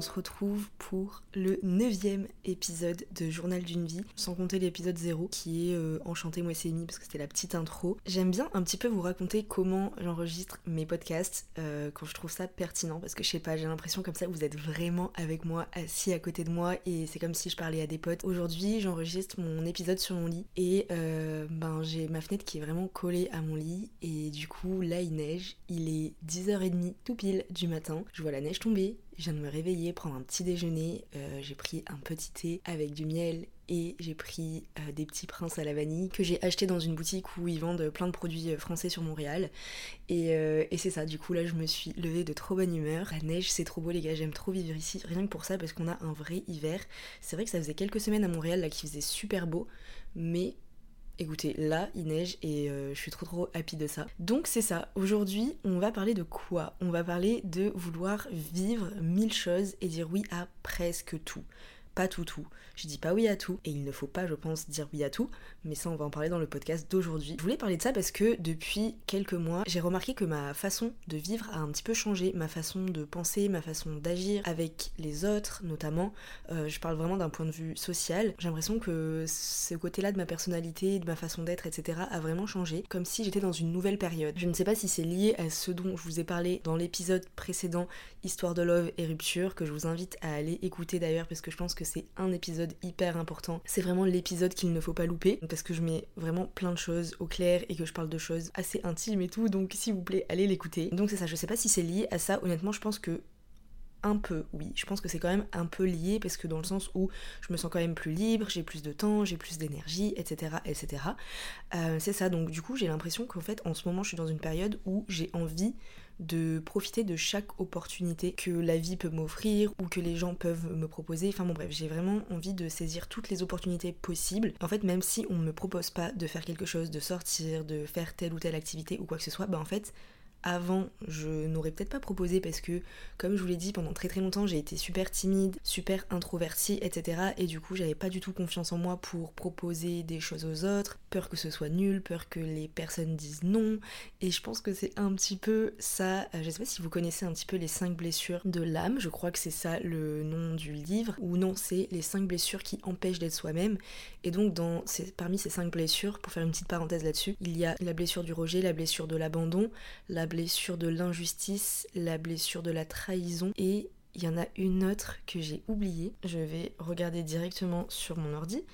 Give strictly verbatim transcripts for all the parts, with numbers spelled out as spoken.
se retrouve pour le neuvième épisode de Journal d'une vie, sans compter l'épisode zéro qui est euh, Enchanté moi c'est Amy parce que c'était la petite intro. J'aime bien un petit peu vous raconter comment j'enregistre mes podcasts euh, quand je trouve ça pertinent, parce que je sais pas, j'ai l'impression comme ça que vous êtes vraiment avec moi, assis à côté de moi, et c'est comme si je parlais à des potes. Aujourd'hui j'enregistre mon épisode sur mon lit et euh, ben j'ai ma fenêtre qui est vraiment collée à mon lit, et du coup là il neige, il est dix heures trente tout pile du matin, je vois la neige tomber, je viens de me réveiller, prendre un petit déjeuner, euh, j'ai pris un petit thé avec du miel et j'ai pris euh, des petits princes à la vanille que j'ai acheté dans une boutique où ils vendent plein de produits français sur Montréal, et, euh, et c'est ça, du coup là je me suis levée de trop bonne humeur. La neige c'est trop beau les gars, j'aime trop vivre ici, rien que pour ça, parce qu'on a un vrai hiver. C'est vrai que ça faisait quelques semaines à Montréal là qu'il faisait super beau, mais écoutez, là, il neige et euh, je suis trop trop happy de ça. Donc c'est ça, aujourd'hui, on va parler de quoi ? On va parler de vouloir vivre mille choses et dire oui à presque tout. Pas tout tout, je dis pas oui à tout, et il ne faut pas, je pense, dire oui à tout, mais ça on va en parler dans le podcast d'aujourd'hui. Je voulais parler de ça parce que depuis quelques mois, j'ai remarqué que ma façon de vivre a un petit peu changé, ma façon de penser, ma façon d'agir avec les autres notamment, euh, je parle vraiment d'un point de vue social. J'ai l'impression que ce côté-là de ma personnalité, de ma façon d'être, et cetera a vraiment changé, comme si j'étais dans une nouvelle période. Je ne sais pas si c'est lié à ce dont je vous ai parlé dans l'épisode précédent, Histoire de Love et Rupture, que je vous invite à aller écouter d'ailleurs, parce que je pense que c'est un épisode hyper important. C'est vraiment l'épisode qu'il ne faut pas louper, parce que je mets vraiment plein de choses au clair et que je parle de choses assez intimes et tout, donc s'il vous plaît, allez l'écouter. Donc c'est ça, je sais pas si c'est lié à ça, honnêtement je pense que un peu, oui, je pense que c'est quand même un peu lié, parce que dans le sens où je me sens quand même plus libre, j'ai plus de temps, j'ai plus d'énergie, et cetera, et cetera. Euh, c'est ça, donc du coup j'ai l'impression qu'en fait en ce moment je suis dans une période où j'ai envie de profiter de chaque opportunité que la vie peut m'offrir ou que les gens peuvent me proposer. Enfin bon bref, j'ai vraiment envie de saisir toutes les opportunités possibles. En fait, même si on me propose pas de faire quelque chose, de sortir, de faire telle ou telle activité ou quoi que ce soit, bah en fait avant, je n'aurais peut-être pas proposé, parce que, comme je vous l'ai dit, pendant très très longtemps, j'ai été super timide, super introvertie, et cetera. Et du coup, j'avais pas du tout confiance en moi pour proposer des choses aux autres, peur que ce soit nul, peur que les personnes disent non. Et je pense que c'est un petit peu ça. Je sais pas si vous connaissez un petit peu les cinq blessures de l'âme, je crois que c'est ça le nom du livre, ou non, c'est les cinq blessures qui empêchent d'être soi-même. Et donc, dans ces, parmi ces cinq blessures, pour faire une petite parenthèse là-dessus, il y a la blessure du rejet, la blessure de l'abandon, la blessure de l'injustice, la blessure de la trahison, et il y en a une autre que j'ai oubliée. Je vais regarder directement sur mon ordi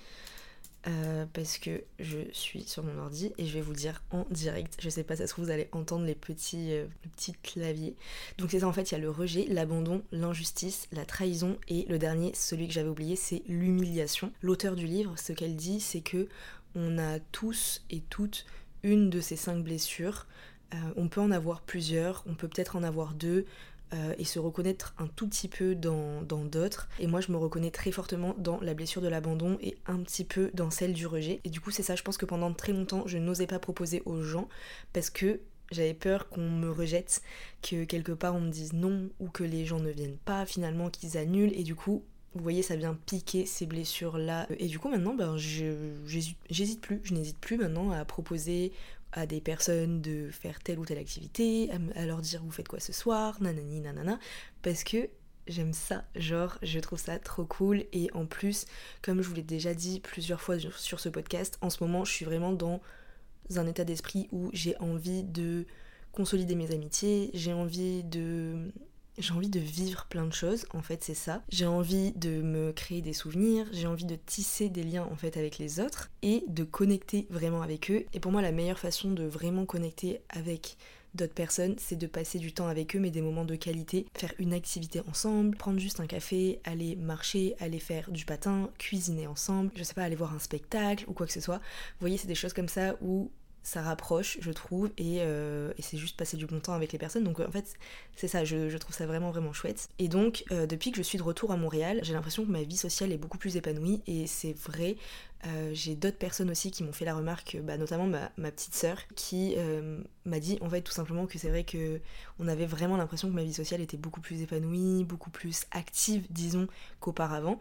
euh, parce que je suis sur mon ordi et je vais vous dire en direct. Je sais pas, ça se trouve vous allez entendre les petits, euh, le petit clavier. Donc c'est ça, en fait il y a le rejet, l'abandon, l'injustice, la trahison, et le dernier, celui que j'avais oublié, c'est l'humiliation. L'auteur du livre, ce qu'elle dit, c'est que on a tous et toutes une de ces cinq blessures. Euh, on peut en avoir plusieurs, on peut peut-être en avoir deux, euh, et se reconnaître un tout petit peu dans, dans d'autres. Et moi je me reconnais très fortement dans la blessure de l'abandon et un petit peu dans celle du rejet. Et du coup c'est ça, je pense que pendant très longtemps je n'osais pas proposer aux gens, parce que j'avais peur qu'on me rejette, que quelque part on me dise non, ou que les gens ne viennent pas finalement, qu'ils annulent, et du coup vous voyez, ça vient piquer ces blessures-là. Et du coup, maintenant, ben, je, j'hésite, j'hésite plus. Je n'hésite plus maintenant à proposer à des personnes de faire telle ou telle activité, à, à leur dire vous faites quoi ce soir, nanani nanana, parce que j'aime ça, genre je trouve ça trop cool. Et en plus, comme je vous l'ai déjà dit plusieurs fois sur, sur ce podcast, en ce moment je suis vraiment dans un état d'esprit où j'ai envie de consolider mes amitiés, j'ai envie de... J'ai envie de vivre plein de choses, en fait c'est ça. J'ai envie de me créer des souvenirs, j'ai envie de tisser des liens en fait avec les autres et de connecter vraiment avec eux. Et pour moi la meilleure façon de vraiment connecter avec d'autres personnes, c'est de passer du temps avec eux, mais des moments de qualité, faire une activité ensemble, prendre juste un café, aller marcher, aller faire du patin, cuisiner ensemble, je sais pas, aller voir un spectacle ou quoi que ce soit. Vous voyez, c'est des choses comme ça où ça rapproche, je trouve, et, euh, et c'est juste passer du bon temps avec les personnes. Donc en fait c'est ça, je, je trouve ça vraiment vraiment chouette. Et donc euh, depuis que je suis de retour à Montréal, j'ai l'impression que ma vie sociale est beaucoup plus épanouie, et c'est vrai. Euh, j'ai d'autres personnes aussi qui m'ont fait la remarque, bah, notamment ma, ma petite sœur qui euh, m'a dit en fait tout simplement que c'est vrai que on avait vraiment l'impression que ma vie sociale était beaucoup plus épanouie, beaucoup plus active disons qu'auparavant.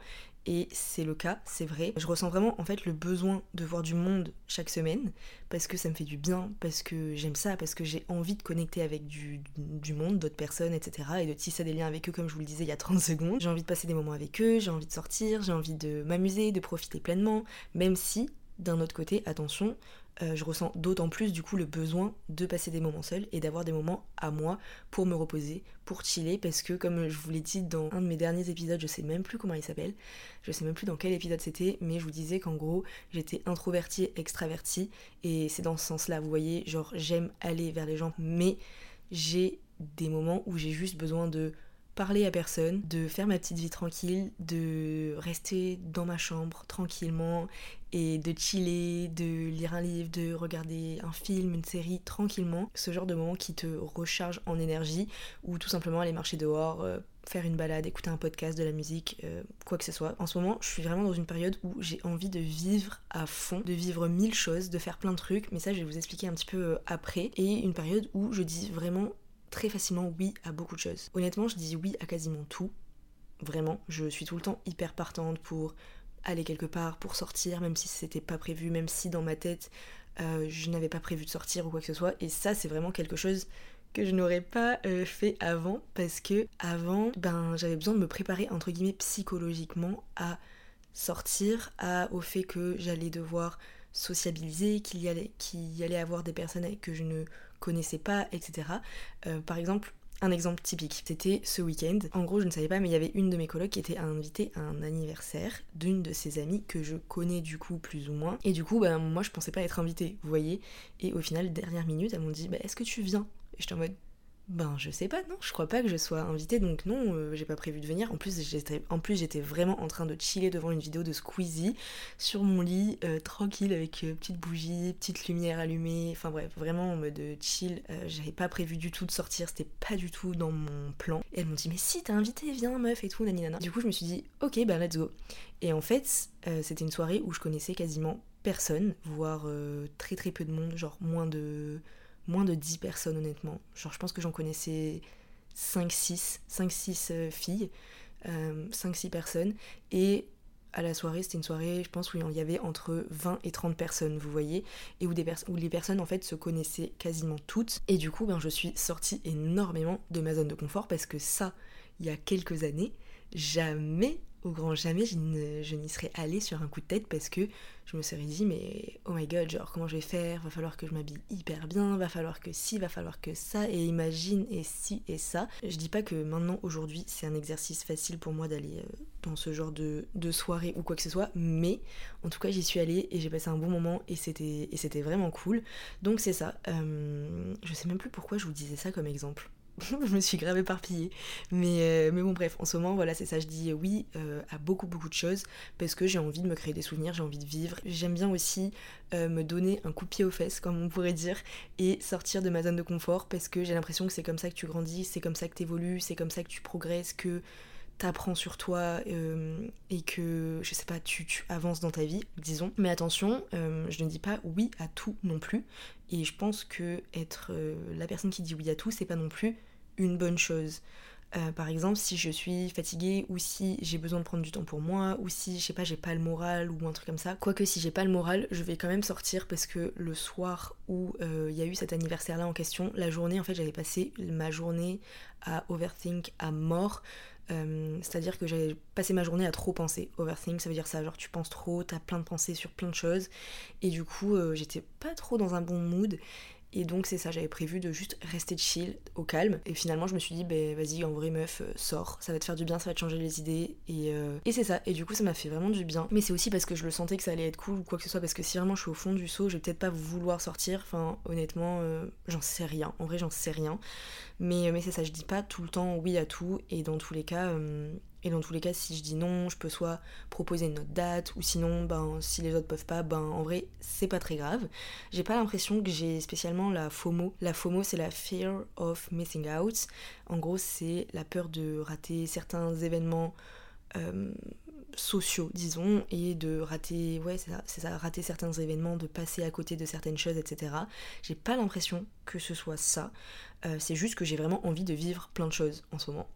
et c'est le cas, c'est vrai. Je ressens vraiment en fait le besoin de voir du monde chaque semaine parce que ça me fait du bien, parce que j'aime ça, parce que j'ai envie de connecter avec du, du monde, d'autres personnes, et cetera. Et de tisser des liens avec eux comme je vous le disais il y a trente secondes. J'ai envie de passer des moments avec eux, j'ai envie de sortir, j'ai envie de m'amuser, de profiter pleinement, même si, d'un autre côté, attention, Euh, je ressens d'autant plus du coup le besoin de passer des moments seuls et d'avoir des moments à moi pour me reposer, pour chiller, parce que comme je vous l'ai dit dans un de mes derniers épisodes, je sais même plus comment il s'appelle, je sais même plus dans quel épisode c'était, mais je vous disais qu'en gros j'étais introvertie, extravertie, et c'est dans ce sens-là, vous voyez, genre j'aime aller vers les gens, mais j'ai des moments où j'ai juste besoin de parler à personne, de faire ma petite vie tranquille, de rester dans ma chambre tranquillement et de chiller, de lire un livre, de regarder un film, une série tranquillement. Ce genre de moment qui te recharge en énergie, ou tout simplement aller marcher dehors, euh, faire une balade, écouter un podcast, de la musique, euh, quoi que ce soit. En ce moment, je suis vraiment dans une période où j'ai envie de vivre à fond, de vivre mille choses, de faire plein de trucs, mais ça je vais vous expliquer un petit peu euh, après. Et une période où je dis vraiment très facilement oui à beaucoup de choses. Honnêtement, je dis oui à quasiment tout. Vraiment, je suis tout le temps hyper partante pour aller quelque part, pour sortir, même si c'était pas prévu, même si dans ma tête euh, je n'avais pas prévu de sortir ou quoi que ce soit. Et ça, c'est vraiment quelque chose que je n'aurais pas euh, fait avant, parce que avant, ben j'avais besoin de me préparer entre guillemets psychologiquement à sortir, à, au fait que j'allais devoir sociabiliser, qu'il y allait, qu'il y allait avoir des personnes que je ne connaissais pas, et cetera. Euh, par exemple, un exemple typique, c'était ce week-end. En gros, je ne savais pas, mais il y avait une de mes colocs qui était invitée à un anniversaire d'une de ses amies que je connais du coup plus ou moins. Et du coup, bah, moi je pensais pas être invitée, vous voyez. Et au final, dernière minute, elles m'ont dit bah, est-ce que tu viens? Et j'étais en mode ben je sais pas, non, je crois pas que je sois invitée, donc non, euh, j'ai pas prévu de venir. En plus j'étais, en plus j'étais vraiment en train de chiller devant une vidéo de Squeezie sur mon lit, euh, tranquille, avec euh, petite bougie, petite lumière allumée, enfin bref, vraiment en mode chill. Euh, j'avais pas prévu du tout de sortir, c'était pas du tout dans mon plan. Et elles m'ont dit mais si t'es invitée, viens meuf et tout, naninana. Du coup je me suis dit ok bah let's go. Et en fait euh, c'était une soirée où je connaissais quasiment personne, voire euh, très très peu de monde, genre moins de... moins de dix personnes honnêtement. Genre je pense que j'en connaissais cinq six, cinq six euh, filles, euh, cinq six personnes. Et à la soirée, c'était une soirée, je pense, où il y avait entre vingt et trente personnes, vous voyez, et où, des pers- où les personnes en fait se connaissaient quasiment toutes. Et du coup, ben, je suis sortie énormément de ma zone de confort, parce que ça, il y a quelques années, jamais, au grand jamais, je, ne- je n'y serais allée sur un coup de tête, parce que je me serais dit mais oh my god, genre comment je vais faire, va falloir que je m'habille hyper bien, va falloir que ci, va falloir que ça, et imagine et ci et ça. Je dis pas que maintenant aujourd'hui c'est un exercice facile pour moi d'aller euh, dans ce genre de, de soirée ou quoi que ce soit, mais en tout cas j'y suis allée et j'ai passé un bon moment et c'était, et c'était vraiment cool. Donc c'est ça. Euh, je sais même plus pourquoi je vous disais ça comme exemple. Je me suis grave éparpillée. Mais, euh, mais bon, bref, en ce moment, voilà, c'est ça. Je dis oui euh, à beaucoup, beaucoup de choses parce que j'ai envie de me créer des souvenirs, j'ai envie de vivre. J'aime bien aussi euh, me donner un coup de pied aux fesses, comme on pourrait dire, et sortir de ma zone de confort, parce que j'ai l'impression que c'est comme ça que tu grandis, c'est comme ça que t'évolues, c'est comme ça que tu progresses, que t'apprends sur toi euh, et que, je sais pas, tu, tu avances dans ta vie, disons. Mais attention, euh, je ne dis pas oui à tout non plus. Et je pense que être euh, la personne qui dit oui à tout, c'est pas non plus une bonne chose. Euh, par exemple, si je suis fatiguée ou si j'ai besoin de prendre du temps pour moi ou si, je sais pas, j'ai pas le moral ou un truc comme ça. Quoique si j'ai pas le moral, je vais quand même sortir parce que le soir où il euh, y a eu cet anniversaire-là en question, la journée, en fait, j'avais passé ma journée à overthink à mort. Euh, c'est-à-dire que j'avais passé ma journée à trop penser. Overthink, ça veut dire ça, genre tu penses trop, t'as plein de pensées sur plein de choses. Et du coup, euh, j'étais pas trop dans un bon mood. Et donc c'est ça, j'avais prévu de juste rester chill, au calme. Et finalement je me suis dit, bah vas-y, en vrai meuf, euh, sors, ça va te faire du bien, ça va te changer les idées. Et, euh, et c'est ça, et du coup ça m'a fait vraiment du bien. Mais c'est aussi parce que je le sentais que ça allait être cool ou quoi que ce soit, parce que si vraiment je suis au fond du seau, je vais peut-être pas vouloir sortir. Enfin honnêtement, euh, j'en sais rien, en vrai j'en sais rien. Mais, mais c'est ça, je dis pas tout le temps oui à tout, et dans tous les cas... euh, Et dans tous les cas, si je dis non, je peux soit proposer une autre date, ou sinon, ben, si les autres peuvent pas, ben, en vrai, c'est pas très grave. J'ai pas l'impression que j'ai spécialement la FOMO. La FOMO, c'est la Fear of Missing Out. En gros, c'est la peur de rater certains événements euh, sociaux, disons, et de rater, ouais, c'est ça, c'est ça, rater certains événements, de passer à côté de certaines choses, et cetera. J'ai pas l'impression que ce soit ça. Euh, c'est juste que j'ai vraiment envie de vivre plein de choses en ce moment.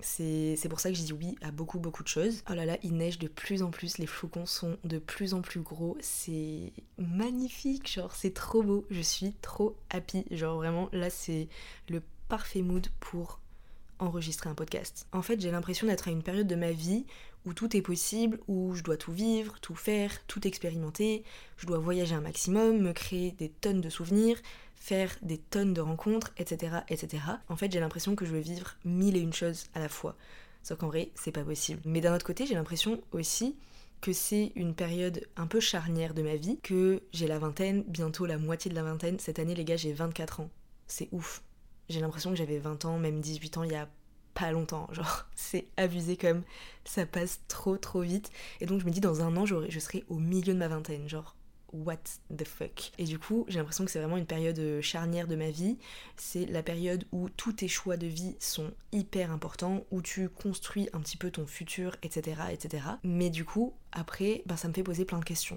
C'est, c'est pour ça que je dis oui à beaucoup beaucoup de choses. Oh là là, il neige de plus en plus, les flocons sont de plus en plus gros, c'est magnifique, genre c'est trop beau, je suis trop happy, genre vraiment là c'est le parfait mood pour enregistrer un podcast. En fait, j'ai l'impression d'être à une période de ma vie où tout est possible, où je dois tout vivre, tout faire, tout expérimenter, je dois voyager un maximum, me créer des tonnes de souvenirs, faire des tonnes de rencontres, et cetera, et cetera. En fait, j'ai l'impression que je veux vivre mille et une choses à la fois. Sauf qu'en vrai, c'est pas possible. Mais d'un autre côté, j'ai l'impression aussi que c'est une période un peu charnière de ma vie, que j'ai la vingtaine, bientôt la moitié de la vingtaine. Cette année, les gars, j'ai vingt-quatre ans. C'est ouf. J'ai l'impression que j'avais vingt ans, même dix-huit ans, il y a pas longtemps. Genre, c'est abusé comme ça passe trop trop vite. Et donc, je me dis, dans un an, j'aurai, je serai au milieu de ma vingtaine. Genre, what the fuck. Et du coup, j'ai l'impression que c'est vraiment une période charnière de ma vie. C'est la période où tous tes choix de vie sont hyper importants, où tu construis un petit peu ton futur, et cetera, et cetera. Mais du coup, après, ben, ça me fait poser plein de questions.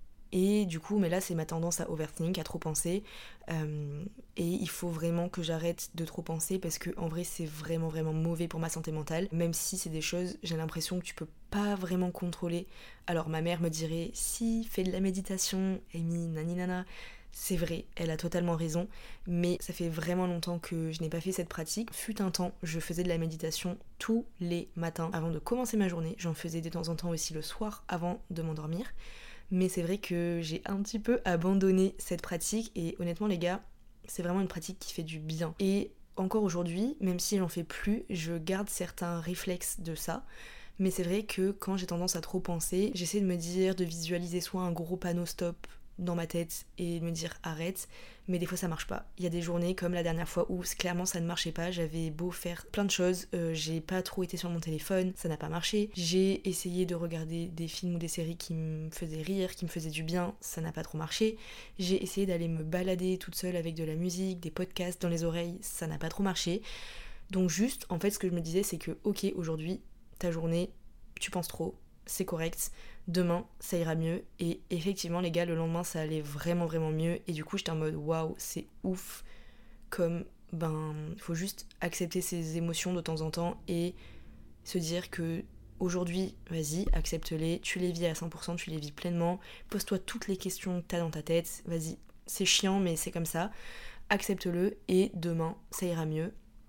Et du coup, mais là, c'est ma tendance à overthink, à trop penser. Euh, et il faut vraiment que j'arrête de trop penser parce que en vrai, c'est vraiment, vraiment mauvais pour ma santé mentale. Même si c'est des choses, j'ai l'impression que tu peux pas vraiment contrôler. Alors, ma mère me dirait, si, fais de la méditation, Amy, nani nana. C'est vrai, elle a totalement raison. Mais ça fait vraiment longtemps que je n'ai pas fait cette pratique. Fut un temps, je faisais de la méditation tous les matins avant de commencer ma journée. J'en faisais de temps en temps aussi le soir avant de m'endormir. Mais c'est vrai que j'ai un petit peu abandonné cette pratique et honnêtement les gars, c'est vraiment une pratique qui fait du bien. Et encore aujourd'hui, même si j'en fais plus, je garde certains réflexes de ça. Mais c'est vrai que quand j'ai tendance à trop penser, j'essaie de me dire, de visualiser soit un gros panneau stop dans ma tête et de me dire arrête, mais des fois ça marche pas. Il y a des journées comme la dernière fois où clairement ça ne marchait pas, j'avais beau faire plein de choses, euh, j'ai pas trop été sur mon téléphone, ça n'a pas marché, j'ai essayé de regarder des films ou des séries qui me faisaient rire, qui me faisaient du bien, ça n'a pas trop marché, j'ai essayé d'aller me balader toute seule avec de la musique, des podcasts dans les oreilles, ça n'a pas trop marché. Donc juste, en fait ce que je me disais c'est que ok, aujourd'hui, ta journée, tu penses trop, c'est correct, demain ça ira mieux. Et effectivement les gars, le lendemain ça allait vraiment vraiment mieux et du coup j'étais en mode waouh, c'est ouf, comme ben il faut juste accepter ses émotions de temps en temps et se dire que aujourd'hui, vas-y, accepte-les, tu les vis à cent pour cent, tu les vis pleinement, pose-toi toutes les questions que t'as dans ta tête, vas-y, c'est chiant mais c'est comme ça, accepte-le et demain ça ira mieux.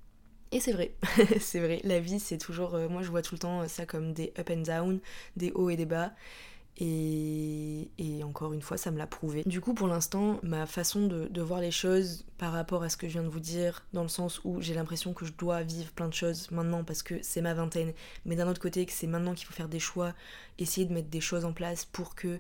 Et c'est vrai, c'est vrai, la vie c'est toujours, euh, moi je vois tout le temps ça comme des up and down, des hauts et des bas, et, et encore une fois ça me l'a prouvé. Du coup pour l'instant, ma façon de, de voir les choses par rapport à ce que je viens de vous dire, dans le sens où j'ai l'impression que je dois vivre plein de choses maintenant parce que c'est ma vingtaine, mais d'un autre côté que c'est maintenant qu'il faut faire des choix, essayer de mettre des choses en place pour que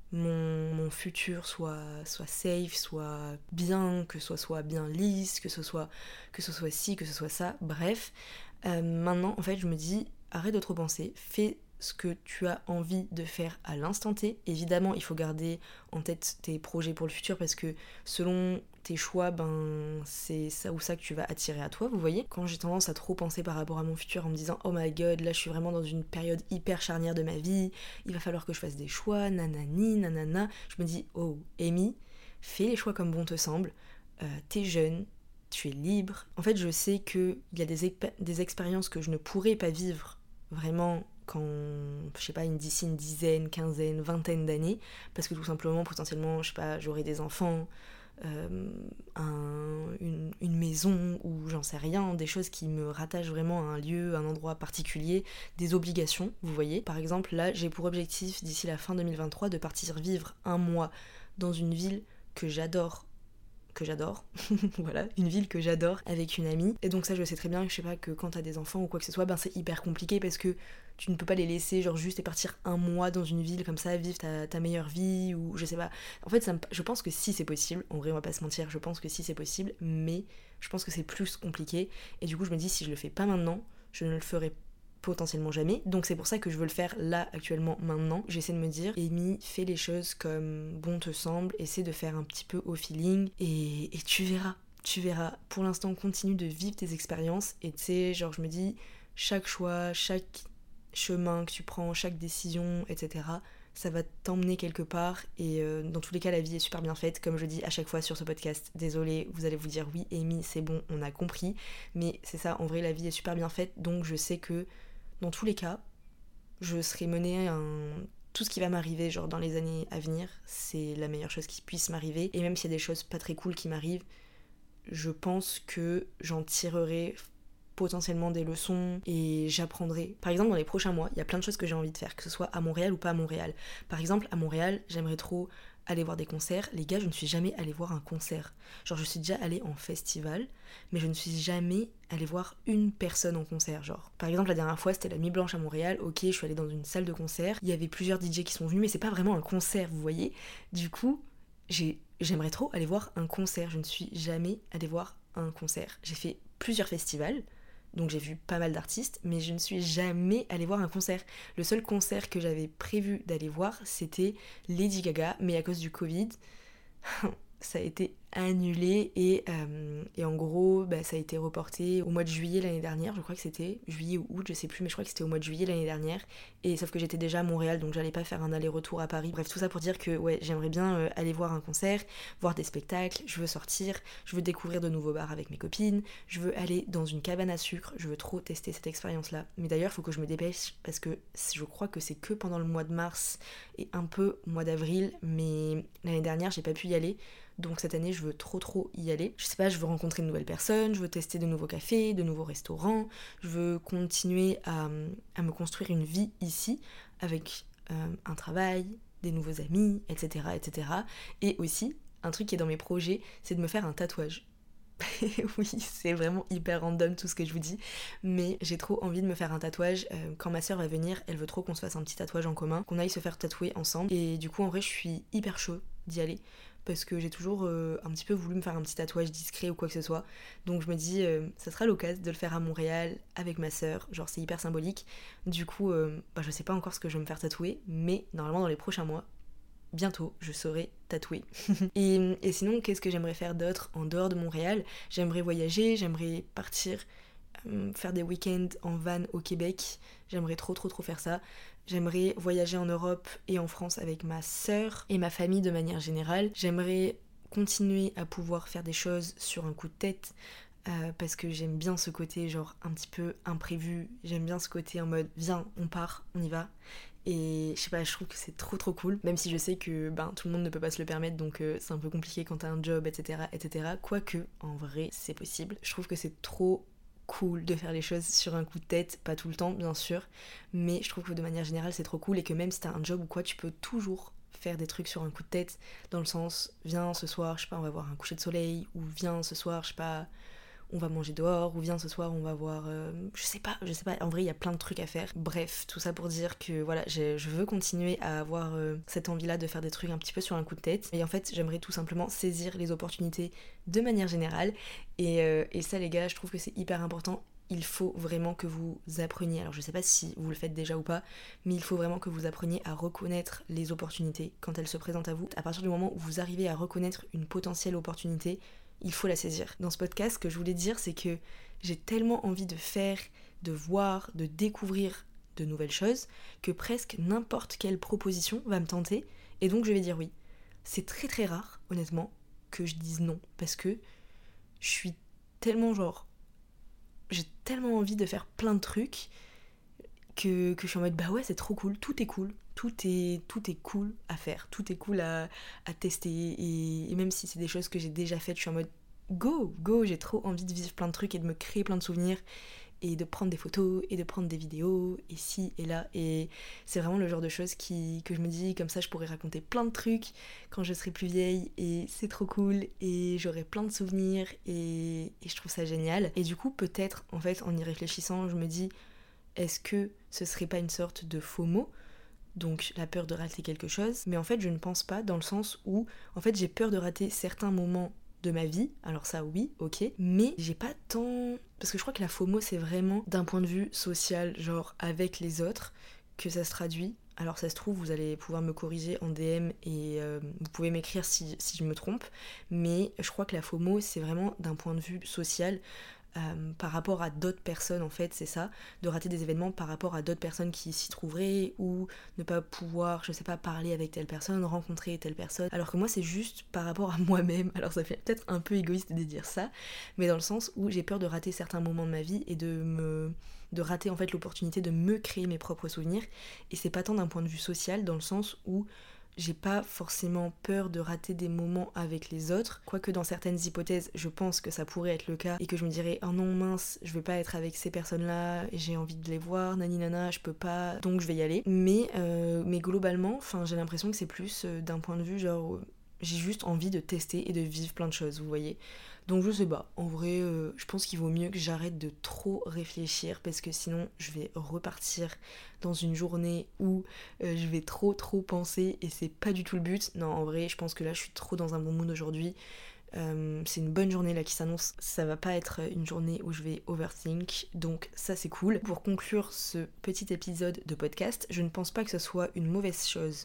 Mon, mon futur soit, soit safe, soit bien, que ce soit bien lisse, que ce soit, que ce soit ci, que ce soit ça, bref. Euh, maintenant, en fait, je me dis, arrête de trop penser, fais ce que tu as envie de faire à l'instant T. Évidemment, il faut garder en tête tes projets pour le futur parce que selon tes choix, ben c'est ça ou ça que tu vas attirer à toi, vous voyez. Quand j'ai tendance à trop penser par rapport à mon futur en me disant oh my god, là je suis vraiment dans une période hyper charnière de ma vie, il va falloir que je fasse des choix, nanani, nanana, je me dis oh Amy, fais les choix comme bon te semble, euh, t'es jeune, tu es libre. En fait, je sais qu'il y a des, expé- des expériences que je ne pourrais pas vivre vraiment quand, je sais pas, une, d'ici une dizaine, quinzaine, vingtaine d'années, parce que tout simplement, potentiellement, je sais pas, j'aurai des enfants, euh, un, une, une maison, ou j'en sais rien, des choses qui me rattachent vraiment à un lieu, un endroit particulier, des obligations, vous voyez. Par exemple, là, j'ai pour objectif, d'ici la fin deux mille vingt-trois, de partir vivre un mois dans une ville que j'adore, que j'adore, voilà, une ville que j'adore avec une amie. Et donc ça, je sais très bien que je sais pas que quand t'as des enfants ou quoi que ce soit, ben c'est hyper compliqué parce que tu ne peux pas les laisser genre juste et partir un mois dans une ville comme ça, vivre ta, ta meilleure vie ou je sais pas. En fait, ça me, je pense que si c'est possible, en vrai on va pas se mentir, je pense que si c'est possible, mais je pense que c'est plus compliqué. Et du coup, je me dis si je le fais pas maintenant, je ne le ferai potentiellement jamais. Donc c'est pour ça que je veux le faire là, actuellement, maintenant. J'essaie de me dire, Amy, fais les choses comme bon te semble, essaie de faire un petit peu au feeling et, et tu verras. Tu verras. Pour l'instant, continue de vivre tes expériences et tu sais, genre je me dis, chaque choix, chaque chemin que tu prends, chaque décision, et cetera, ça va t'emmener quelque part et euh, dans tous les cas la vie est super bien faite, comme je dis à chaque fois sur ce podcast. Désolée, vous allez vous dire oui Amy c'est bon, on a compris, mais c'est ça, en vrai la vie est super bien faite, donc je sais que dans tous les cas je serai menée à un... tout ce qui va m'arriver genre dans les années à venir, c'est la meilleure chose qui puisse m'arriver, et même s'il y a des choses pas très cool qui m'arrivent, je pense que j'en tirerai potentiellement des leçons et j'apprendrai. Par exemple, dans les prochains mois, il y a plein de choses que j'ai envie de faire, que ce soit à Montréal ou pas à Montréal. Par exemple, à Montréal, j'aimerais trop aller voir des concerts. Les gars, je ne suis jamais allée voir un concert. Genre, je suis déjà allée en festival, mais je ne suis jamais allée voir une personne en concert. Genre, par exemple, la dernière fois, c'était la Nuit Blanche à Montréal. Ok, je suis allée dans une salle de concert. Il y avait plusieurs D J qui sont venus, mais c'est pas vraiment un concert, vous voyez. Du coup, j'ai... j'aimerais trop aller voir un concert. Je ne suis jamais allée voir un concert. J'ai fait plusieurs festivals, donc j'ai vu pas mal d'artistes, mais je ne suis jamais allée voir un concert. Le seul concert que j'avais prévu d'aller voir, c'était Lady Gaga, mais à cause du Covid, ça a été annulé et, euh, et en gros bah, ça a été reporté au mois de juillet l'année dernière, je crois que c'était juillet ou août, je sais plus, mais je crois que c'était au mois de juillet l'année dernière, et sauf que j'étais déjà à Montréal, donc j'allais pas faire un aller-retour à Paris. Bref, tout ça pour dire que ouais, j'aimerais bien euh, aller voir un concert, voir des spectacles, je veux sortir, je veux découvrir de nouveaux bars avec mes copines, je veux aller dans une cabane à sucre, je veux trop tester cette expérience là. Mais d'ailleurs faut que je me dépêche parce que je crois que c'est que pendant le mois de mars et un peu au mois d'avril, mais l'année dernière j'ai pas pu y aller. Donc cette année, je veux trop trop y aller. Je sais pas, je veux rencontrer de nouvelles personnes, je veux tester de nouveaux cafés, de nouveaux restaurants, je veux continuer à, à me construire une vie ici avec euh, un travail, des nouveaux amis, et cetera, et cetera. Et aussi, un truc qui est dans mes projets, c'est de me faire un tatouage. Oui, c'est vraiment hyper random tout ce que je vous dis, mais j'ai trop envie de me faire un tatouage. Euh, quand ma soeur va venir, elle veut trop qu'on se fasse un petit tatouage en commun, qu'on aille se faire tatouer ensemble. Et du coup, en vrai, je suis hyper chaud d'y aller, parce que j'ai toujours euh, un petit peu voulu me faire un petit tatouage discret ou quoi que ce soit. Donc je me dis, euh, ça sera l'occasion de le faire à Montréal avec ma sœur, genre c'est hyper symbolique. Du coup, euh, bah, je sais pas encore ce que je vais me faire tatouer, mais normalement dans les prochains mois, bientôt, je saurai tatouer. et, et sinon, qu'est-ce que j'aimerais faire d'autre en dehors de Montréal? J'aimerais voyager, j'aimerais partir euh, faire des week-ends en van au Québec. J'aimerais trop trop trop faire ça. J'aimerais voyager en Europe et en France avec ma sœur et ma famille de manière générale. J'aimerais continuer à pouvoir faire des choses sur un coup de tête. Euh, parce que j'aime bien ce côté genre un petit peu imprévu, j'aime bien ce côté en mode viens, on part, on y va. Et je sais pas, je trouve que c'est trop trop cool, même si je sais que ben, tout le monde ne peut pas se le permettre, donc euh, c'est un peu compliqué quand t'as un job, et cetera, et cetera. Quoique, en vrai, c'est possible. Je trouve que c'est trop cool de faire les choses sur un coup de tête, pas tout le temps bien sûr, mais je trouve que de manière générale c'est trop cool et que même si t'as un job ou quoi, tu peux toujours faire des trucs sur un coup de tête, dans le sens, viens ce soir, je sais pas, on va voir un coucher de soleil, ou viens ce soir, je sais pas, on va manger dehors, ou viens ce soir on va voir, euh, je sais pas, je sais pas, en vrai il y a plein de trucs à faire. Bref, tout ça pour dire que voilà, je veux continuer à avoir euh, cette envie-là de faire des trucs un petit peu sur un coup de tête, et en fait j'aimerais tout simplement saisir les opportunités de manière générale, et, euh, et ça les gars, je trouve que c'est hyper important. Il faut vraiment que vous appreniez, alors je sais pas si vous le faites déjà ou pas, mais il faut vraiment que vous appreniez à reconnaître les opportunités quand elles se présentent à vous. À partir du moment où vous arrivez à reconnaître une potentielle opportunité, il faut la saisir. Dans ce podcast, ce que je voulais dire, c'est que j'ai tellement envie de faire, de voir, de découvrir de nouvelles choses, que presque n'importe quelle proposition va me tenter, et donc je vais dire oui. C'est très très rare, honnêtement, que je dise non, parce que je suis tellement genre... J'ai tellement envie de faire plein de trucs que, que je suis en mode bah ouais, c'est trop cool, tout est cool. Tout est, tout est cool à faire, tout est cool à, à tester, et, et même si c'est des choses que j'ai déjà faites, je suis en mode go, go, j'ai trop envie de vivre plein de trucs et de me créer plein de souvenirs et de prendre des photos et de prendre des vidéos et ci et là, et c'est vraiment le genre de choses qui, que je me dis comme ça je pourrais raconter plein de trucs quand je serai plus vieille et c'est trop cool et j'aurai plein de souvenirs et, et je trouve ça génial. Et du coup peut-être en fait en y réfléchissant je me dis est-ce que ce serait pas une sorte de FOMO, donc la peur de rater quelque chose, mais en fait je ne pense pas, dans le sens où en fait j'ai peur de rater certains moments de ma vie, alors ça oui, ok, mais j'ai pas tant... Parce que je crois que la FOMO c'est vraiment d'un point de vue social, genre avec les autres, que ça se traduit. Alors ça se trouve, vous allez pouvoir me corriger en D M et euh, vous pouvez m'écrire si, si je me trompe, mais je crois que la FOMO c'est vraiment d'un point de vue social. euh, par rapport à d'autres personnes en fait, c'est ça, de rater des événements par rapport à d'autres personnes qui s'y trouveraient ou ne pas pouvoir, je sais pas, parler avec telle personne, rencontrer telle personne, alors que moi c'est juste par rapport à moi-même. Alors ça fait peut-être un peu égoïste de dire ça, mais dans le sens où j'ai peur de rater certains moments de ma vie et de me de rater en fait l'opportunité de me créer mes propres souvenirs, et c'est pas tant d'un point de vue social dans le sens où j'ai pas forcément peur de rater des moments avec les autres, quoique dans certaines hypothèses, je pense que ça pourrait être le cas et que je me dirais oh non mince, je vais pas être avec ces personnes-là, j'ai envie de les voir, nani nana, je peux pas, donc je vais y aller. Mais, euh, mais globalement, enfin j'ai l'impression que c'est plus euh, d'un point de vue genre euh, j'ai juste envie de tester et de vivre plein de choses, vous voyez. Donc je sais pas, en vrai, euh, je pense qu'il vaut mieux que j'arrête de trop réfléchir parce que sinon je vais repartir dans une journée où euh, je vais trop trop penser et c'est pas du tout le but. Non, en vrai, je pense que là je suis trop dans un bon mood aujourd'hui. Euh, c'est une bonne journée là qui s'annonce. Ça va pas être une journée où je vais overthink, donc ça c'est cool. Pour conclure ce petit épisode de podcast, je ne pense pas que ce soit une mauvaise chose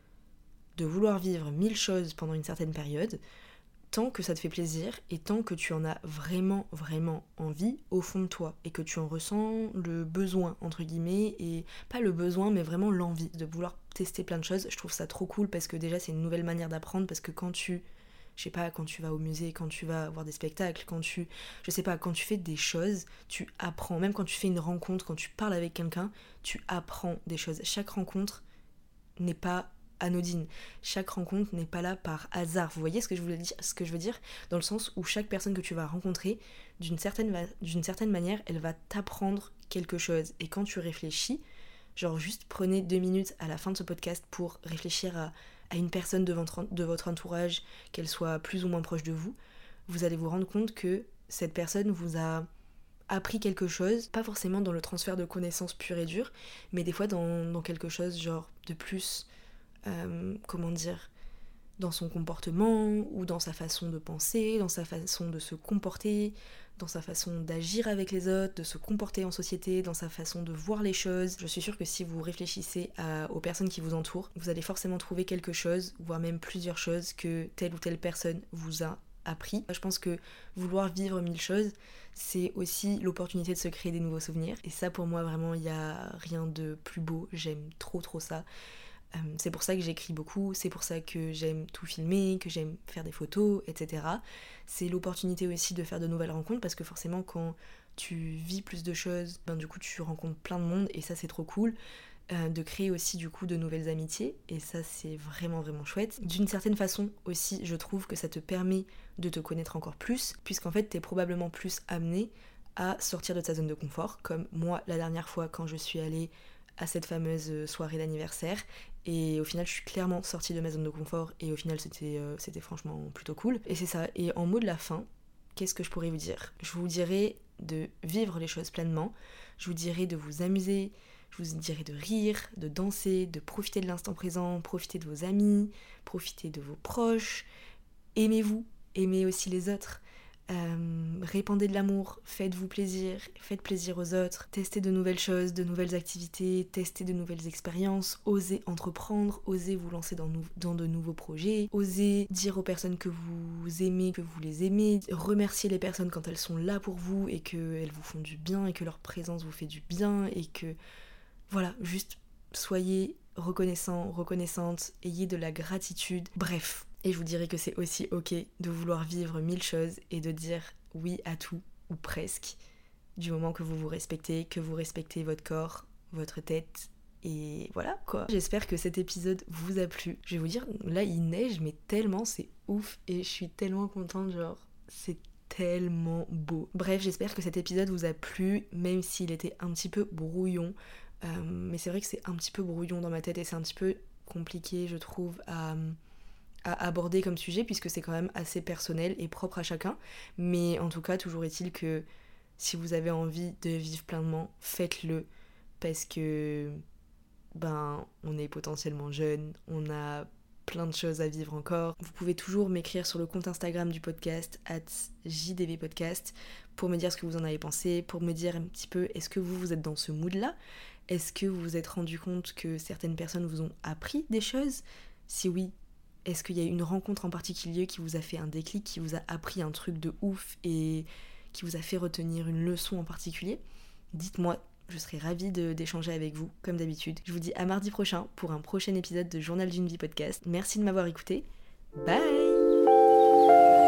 de vouloir vivre mille choses pendant une certaine période, tant que ça te fait plaisir et tant que tu en as vraiment vraiment envie au fond de toi et que tu en ressens le besoin entre guillemets, et pas le besoin mais vraiment l'envie de vouloir tester plein de choses. Je trouve ça trop cool parce que déjà c'est une nouvelle manière d'apprendre, parce que quand tu je sais pas, quand tu vas au musée, quand tu vas voir des spectacles, quand tu je sais pas, quand tu fais des choses, tu apprends. Même quand tu fais une rencontre, quand tu parles avec quelqu'un, tu apprends des choses. Chaque rencontre n'est pas anodine. Chaque rencontre n'est pas là par hasard. Vous voyez ce que je voulais dire, ce que je veux dire, dans le sens où chaque personne que tu vas rencontrer, d'une certaine, d'une certaine manière, elle va t'apprendre quelque chose. Et quand tu réfléchis, genre juste prenez deux minutes à la fin de ce podcast pour réfléchir à, à une personne de votre, de votre entourage, qu'elle soit plus ou moins proche de vous, vous allez vous rendre compte que cette personne vous a appris quelque chose, pas forcément dans le transfert de connaissances pur et dur, mais des fois dans, dans quelque chose genre de plus... Euh, comment dire, dans son comportement ou dans sa façon de penser, dans sa façon de se comporter, dans sa façon d'agir avec les autres, de se comporter en société, dans sa façon de voir les choses. Je suis sûre que si vous réfléchissez à, aux personnes qui vous entourent, vous allez forcément trouver quelque chose, voire même plusieurs choses que telle ou telle personne vous a appris. Je pense que vouloir vivre mille choses, c'est aussi l'opportunité de se créer des nouveaux souvenirs. Et ça, pour moi, vraiment, il n'y a rien de plus beau. J'aime trop trop ça. C'est pour ça que j'écris beaucoup, c'est pour ça que j'aime tout filmer, que j'aime faire des photos, et cetera. C'est l'opportunité aussi de faire de nouvelles rencontres, parce que forcément quand tu vis plus de choses, ben du coup tu rencontres plein de monde et ça c'est trop cool. Euh, de créer aussi du coup de nouvelles amitiés et ça c'est vraiment vraiment chouette. D'une certaine façon aussi je trouve que ça te permet de te connaître encore plus, puisqu'en fait t'es probablement plus amené à sortir de ta zone de confort, comme moi la dernière fois quand je suis allée à cette fameuse soirée d'anniversaire, et au final je suis clairement sortie de ma zone de confort et au final c'était, euh, c'était franchement plutôt cool. Et c'est ça, et en mot de la fin, qu'est-ce que je pourrais vous dire ? Je vous dirais de vivre les choses pleinement, je vous dirais de vous amuser, je vous dirais de rire, de danser, de profiter de l'instant présent, profiter de vos amis, profiter de vos proches, aimez-vous, aimez aussi les autres. Euh, répandez de l'amour, faites-vous plaisir, faites plaisir aux autres, testez de nouvelles choses, de nouvelles activités, testez de nouvelles expériences, osez entreprendre, osez vous lancer dans, nou- dans de nouveaux projets, osez dire aux personnes que vous aimez, que vous les aimez, remercier les personnes quand elles sont là pour vous et qu'elles vous font du bien et que leur présence vous fait du bien et que, voilà, juste soyez reconnaissants, reconnaissantes, ayez de la gratitude, bref. Et je vous dirais que c'est aussi ok de vouloir vivre mille choses et de dire oui à tout, ou presque, du moment que vous vous respectez, que vous respectez votre corps, votre tête, et voilà quoi. J'espère que cet épisode vous a plu. Je vais vous dire, là il neige, mais tellement, c'est ouf, et je suis tellement contente, genre, c'est tellement beau. Bref, j'espère que cet épisode vous a plu, même s'il était un petit peu brouillon. Euh, mais c'est vrai que c'est un petit peu brouillon dans ma tête et c'est un petit peu compliqué, je trouve, à... à aborder comme sujet, puisque c'est quand même assez personnel et propre à chacun. Mais en tout cas, toujours est-il que si vous avez envie de vivre pleinement, faites-le, parce que ben on est potentiellement jeune, on a plein de choses à vivre encore. Vous pouvez toujours m'écrire sur le compte Instagram du podcast arobase j d v podcast pour me dire ce que vous en avez pensé, pour me dire un petit peu est-ce que vous vous êtes dans ce mood-là, est-ce que vous vous êtes rendu compte que certaines personnes vous ont appris des choses, si oui, est-ce qu'il y a une rencontre en particulier qui vous a fait un déclic, qui vous a appris un truc de ouf et qui vous a fait retenir une leçon en particulier. Dites-moi, je serai ravie de, d'échanger avec vous, comme d'habitude. Je vous dis à mardi prochain pour un prochain épisode de Journal d'une vie podcast. Merci de m'avoir écouté. Bye!